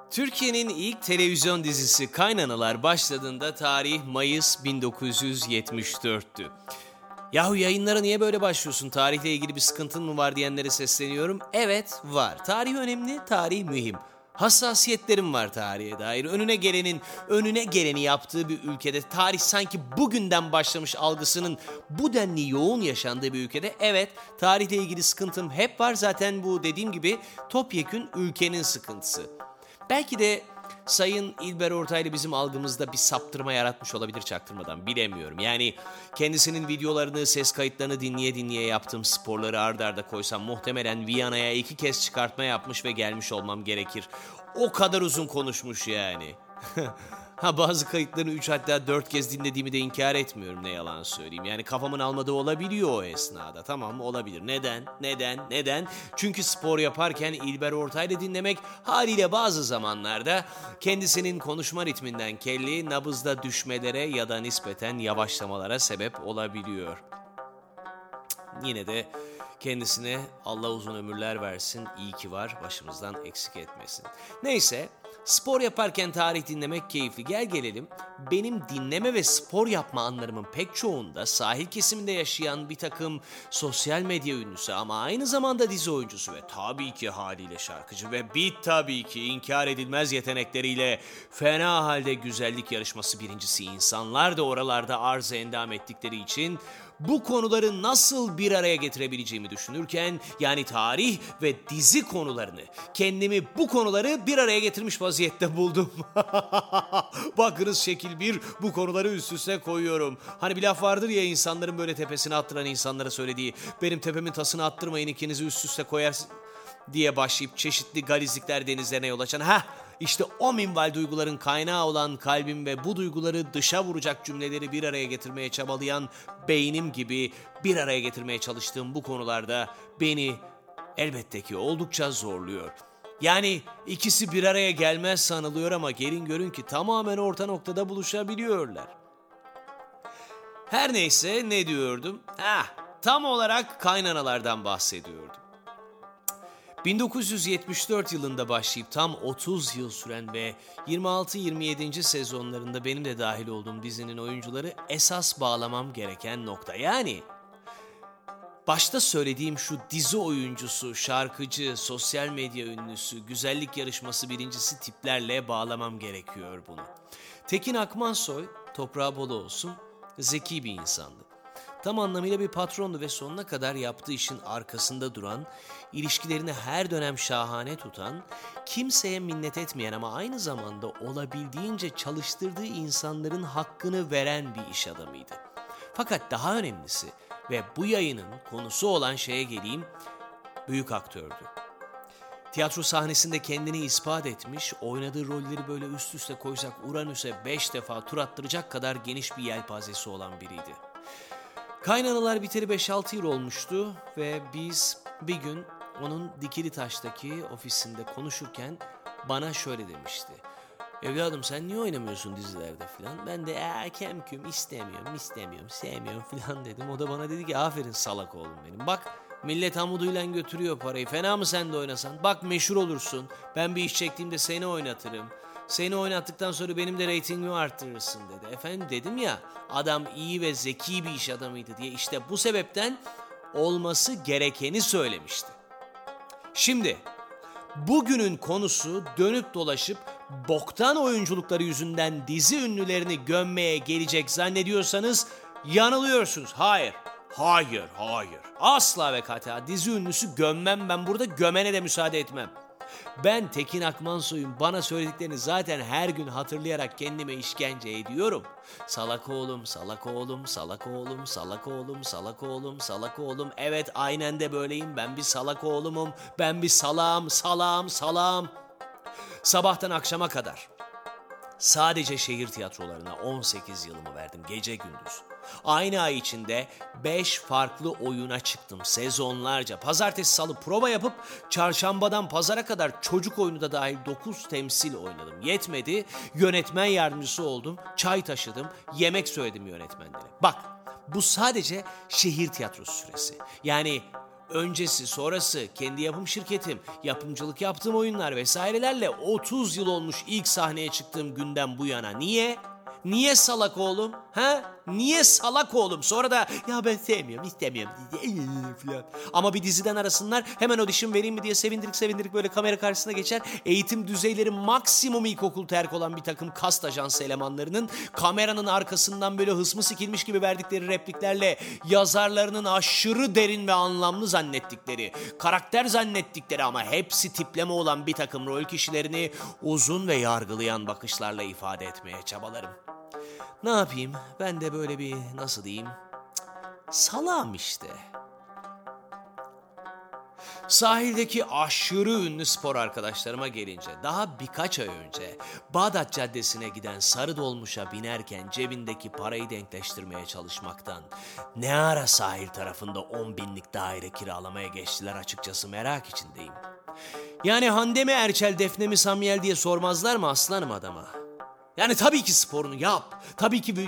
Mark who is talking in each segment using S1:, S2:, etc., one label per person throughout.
S1: Türkiye'nin ilk televizyon dizisi Kaynanalar başladığında tarih Mayıs 1974'tü. Yahu yayınlara niye böyle başlıyorsun? Tarihle ilgili bir sıkıntın mı var diyenlere sesleniyorum. Evet var. Tarih önemli, tarih mühim. Hassasiyetlerim var tarihe dair. Önüne geleni yaptığı bir ülkede tarih sanki bugünden başlamış algısının bu denli yoğun yaşandığı bir ülkede evet tarihle ilgili sıkıntım hep var. Zaten bu dediğim gibi topyekün ülkenin sıkıntısı. Belki de Sayın İlber Ortaylı bizim algımızda bir saptırma yaratmış olabilir çaktırmadan bilemiyorum. Yani kendisinin videolarını, ses kayıtlarını dinleye dinleye yaptığım sporları ard arda koysam muhtemelen Viyana'ya 2 kez çıkartma yapmış ve gelmiş olmam gerekir. O kadar uzun konuşmuş yani. Bazı kayıtlarını 3 hatta 4 kez dinlediğimi de inkar etmiyorum ne yalan söyleyeyim. Yani kafamın almadığı olabiliyor o esnada. Tamam olabilir. Neden? Çünkü spor yaparken İlber Ortaylı dinlemek haliyle bazı zamanlarda kendisinin konuşma ritminden kelli nabızda düşmelere ya da nispeten yavaşlamalara sebep olabiliyor. Yine de kendisine Allah uzun ömürler versin, iyi ki var, başımızdan eksik etmesin. Neyse, spor yaparken tarih dinlemek keyifli. Gel gelelim, benim dinleme ve spor yapma anlarımın pek çoğunda sahil kesiminde yaşayan bir takım sosyal medya ünlüsü ama aynı zamanda dizi oyuncusu ve tabii ki haliyle şarkıcı ve tabii ki inkar edilmez yetenekleriyle fena halde güzellik yarışması birincisi insanlar da oralarda arz endam ettikleri için bu konuları nasıl bir araya getirebileceğimi düşünürken yani tarih ve dizi konularını kendimi bu konuları bir araya getirmiş vaziyette buldum. Bakınız şekil 1 bu konuları üst üste koyuyorum. Hani bir laf vardır ya insanların böyle tepesine attıran insanlara söylediği benim tepemin tasını attırmayın ikinizi üst üste koyarsın diye başlayıp çeşitli galizlikler denizlerine yol açan İşte o minval duyguların kaynağı olan kalbim ve bu duyguları dışa vuracak cümleleri bir araya getirmeye çabalayan beynim gibi bir araya getirmeye çalıştığım bu konularda beni elbette ki oldukça zorluyor. Yani ikisi bir araya gelmez sanılıyor ama gelin görün ki tamamen orta noktada buluşabiliyorlar. Her neyse ne diyordum? Tam olarak kaynanalardan bahsediyordum. 1974 yılında başlayıp tam 30 yıl süren ve 26-27. sezonlarında benim de dahil olduğum dizinin oyuncuları esas bağlamam gereken nokta. Yani başta söylediğim şu dizi oyuncusu, şarkıcı, sosyal medya ünlüsü, güzellik yarışması birincisi tiplerle bağlamam gerekiyor bunu. Tekin Akmansoy, toprağı bol olsun, zeki bir insandı. Tam anlamıyla bir patrondu ve sonuna kadar yaptığı işin arkasında duran, ilişkilerini her dönem şahane tutan, kimseye minnet etmeyen ama aynı zamanda olabildiğince çalıştırdığı insanların hakkını veren bir iş adamıydı. Fakat daha önemlisi ve bu yayının konusu olan şeye geleyim, büyük aktördü. Tiyatro sahnesinde kendini ispat etmiş, oynadığı rolleri böyle üst üste koysak Uranüs'e 5 defa tur attıracak kadar geniş bir yelpazesi olan biriydi. Kaynanalar biteli 5-6 yıl olmuştu ve biz bir gün onun Dikilitaş'taki ofisinde konuşurken bana şöyle demişti. Evladım sen niye oynamıyorsun dizilerde filan? Ben de kemküm istemiyorum, sevmiyorum filan dedim. O da bana dedi ki aferin salak oğlum benim. Bak millet hamuduyla götürüyor parayı. Fena mı sen de oynasan? Bak meşhur olursun. Ben bir iş çektiğimde seni oynatırım. Seni oynattıktan sonra benim de reytingimi arttırırsın dedi. Efendim dedim ya adam iyi ve zeki bir iş adamıydı diye işte bu sebepten olması gerekeni söylemişti. Şimdi bugünün konusu dönüp dolaşıp boktan oyunculukları yüzünden dizi ünlülerini gömmeye gelecek zannediyorsanız yanılıyorsunuz. Hayır. Asla ve kata dizi ünlüsü gömmem ben burada gömene de müsaade etmem. Ben Tekin Akmansoy'un bana söylediklerini zaten her gün hatırlayarak kendime işkence ediyorum. Salak oğlum. Evet aynen de böyleyim. Ben bir salak oğlumum. Ben bir salam. Sabahtan akşama kadar sadece şehir tiyatrolarına 18 yılımı verdim gece gündüz. Aynı ay içinde 5 farklı oyuna çıktım sezonlarca. Pazartesi salı prova yapıp çarşambadan pazara kadar çocuk oyunu da dahil 9 temsil oynadım. Yetmedi, yönetmen yardımcısı oldum, çay taşıdım, yemek söyledim yönetmenlere. Bak bu sadece şehir tiyatrosu süresi. Yani öncesi, sonrası, kendi yapım şirketim, yapımcılık yaptığım oyunlar vesairelerle 30 yıl olmuş ilk sahneye çıktığım günden bu yana. Niye? Niye salak oğlum? Ha? Niye salak oğlum? Sonra da ya ben sevmiyorum, istemiyorum falan. Ama bir diziden arasınlar, hemen audition vereyim mi diye sevindirik böyle kamera karşısına geçer. Eğitim düzeyleri maksimum ilkokul terk olan bir takım kast ajansı elemanlarının kameranın arkasından böyle hısmı sikilmiş gibi verdikleri repliklerle yazarlarının aşırı derin ve anlamlı zannettikleri, karakter zannettikleri ama hepsi tipleme olan bir takım rol kişilerini uzun ve yargılayan bakışlarla ifade etmeye çabalarım. Ne yapayım? Ben de böyle bir, nasıl diyeyim? Salağım işte. Sahildeki aşırı ünlü spor arkadaşlarıma gelince, daha birkaç ay önce Bağdat Caddesi'ne giden sarı dolmuşa binerken cebindeki parayı denkleştirmeye çalışmaktan ne ara sahil tarafında 10 binlik daire kiralamaya geçtiler açıkçası merak içindeyim. Yani Hande mi Erçel, Defne mi Samyel diye sormazlar mı aslanım adama? Yani tabii ki sporunu yap. Tabii ki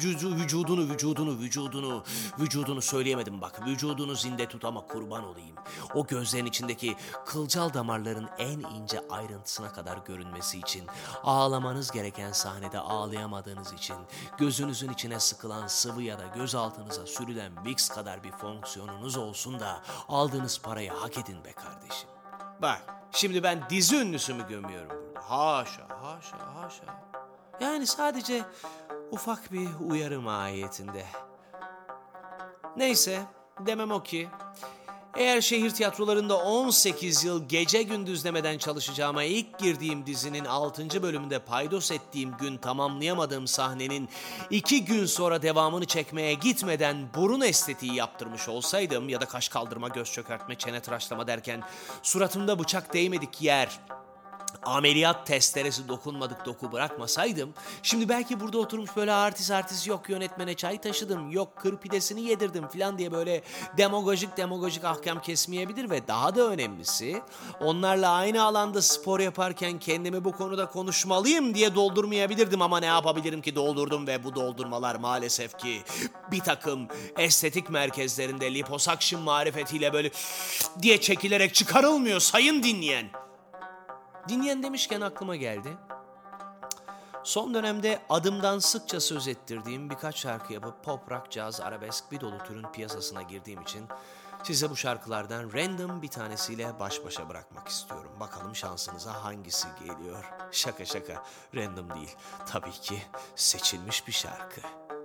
S1: vücudunu söyleyemedim bak. Vücudunu zinde tut ama kurban olayım. O gözlerin içindeki kılcal damarların en ince ayrıntısına kadar görünmesi için, ağlamanız gereken sahnede ağlayamadığınız için, gözünüzün içine sıkılan sıvı ya da göz altınıza sürülen Vicks kadar bir fonksiyonunuz olsun da aldığınız parayı hak edin be kardeşim. Bak şimdi ben dizi ünlüsü mü gömüyorum burada? Haşa. Yani sadece ufak bir uyarı mahiyetinde. Neyse, demem o ki, eğer şehir tiyatrolarında 18 yıl gece gündüz demeden çalışacağıma ilk girdiğim dizinin 6. bölümünde paydos ettiğim gün tamamlayamadığım sahnenin 2 gün sonra devamını çekmeye gitmeden burun estetiği yaptırmış olsaydım ya da kaş kaldırma, göz çökertme, çene tıraşlama derken suratımda bıçak değmedik yer, ameliyat testeresi dokunmadık doku bırakmasaydım, şimdi belki burada oturmuş böyle artist yok yönetmene çay taşıdım, yok kır pidesini yedirdim falan diye böyle demagojik ahkam kesmeyebilir ve daha da önemlisi onlarla aynı alanda spor yaparken kendimi bu konuda konuşmalıyım diye doldurmayabilirdim ama ne yapabilirim ki doldurdum ve bu doldurmalar maalesef ki bir takım estetik merkezlerinde liposuction marifetiyle böyle diye çekilerek çıkarılmıyor sayın dinleyen. Dinleyen demişken aklıma geldi. Son dönemde adımdan sıkça söz ettirdiğim birkaç şarkı yapıp pop, rock, caz, arabesk bir dolu türün piyasasına girdiğim için size bu şarkılardan random bir tanesiyle baş başa bırakmak istiyorum. Bakalım şansınıza hangisi geliyor? Şaka, random değil. Tabii ki seçilmiş bir şarkı.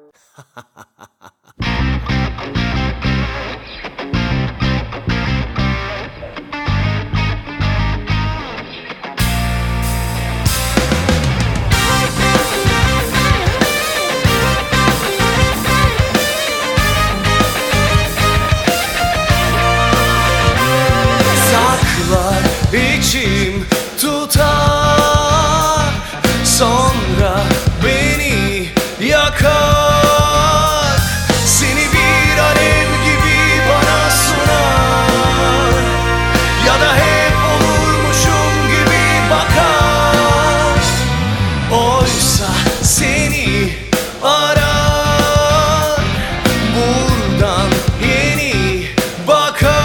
S1: İçim tutar, sonra beni yakar. Seni bir alev gibi bana sunar, ya da hep olurmuşum gibi bakar. Oysa seni arar, buradan yeni bakar.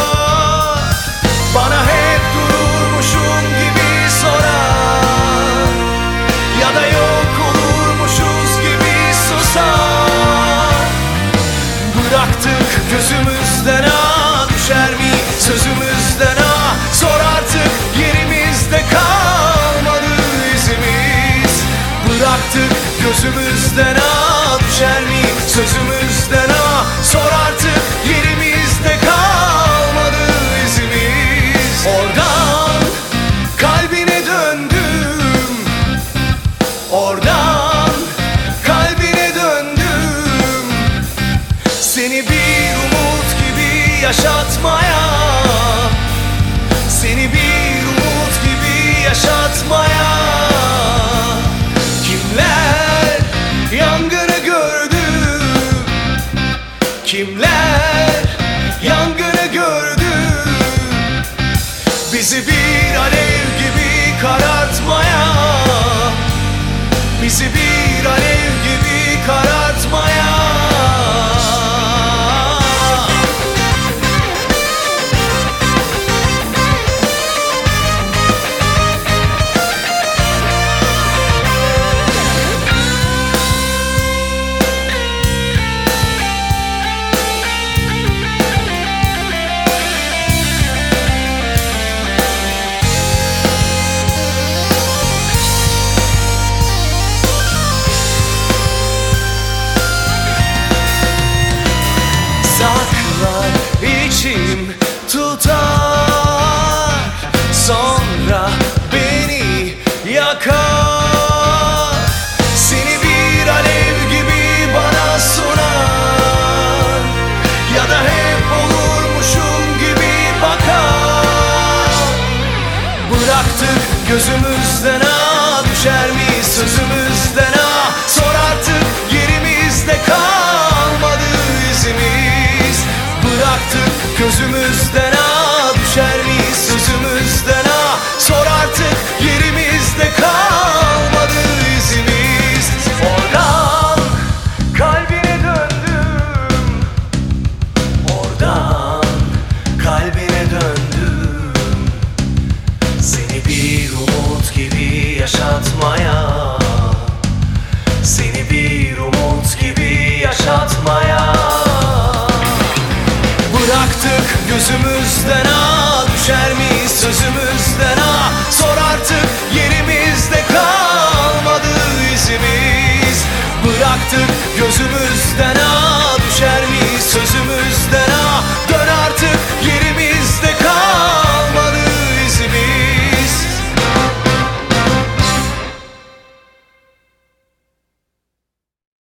S1: Bana hep dururmuşum gibi sorar, ya da yok olurmuşuz gibi susar. Bıraktık gözümüzden düşer mi sözümüzden sor artık yerimizde kalmadı izimiz. Bıraktık gözümüzden düşer mi sözümüzden sor artık yerimizde kalmadı izimiz. Oradan kalbine döndüm, oradan kalbine döndüm. Seni bir umut gibi yaşatmaya, seni bir umut gibi yaşatmaya. Kimler yangını gördü, kimler yangını gördü. Bizi bir alev gibi karartmaya, bizi bir alev gibi karartmaya. gözümüzden düşer mi sözümüzden sor artık yerimizde kalmadı izimiz. Bıraktık gözümüzden düşer mi sözümüzden sor artık yerimizde kalmadı izimiz. Oradan kalbine döndüm, oradan kalbine döndüm, seni bir umut gibi yaşatmaya, seni bir umut gibi yaşatmaya. Bıraktık gözümüzden düşer mi sözümüzden sor artık yerimizde kalmadı izimiz. Bıraktık gözümüzden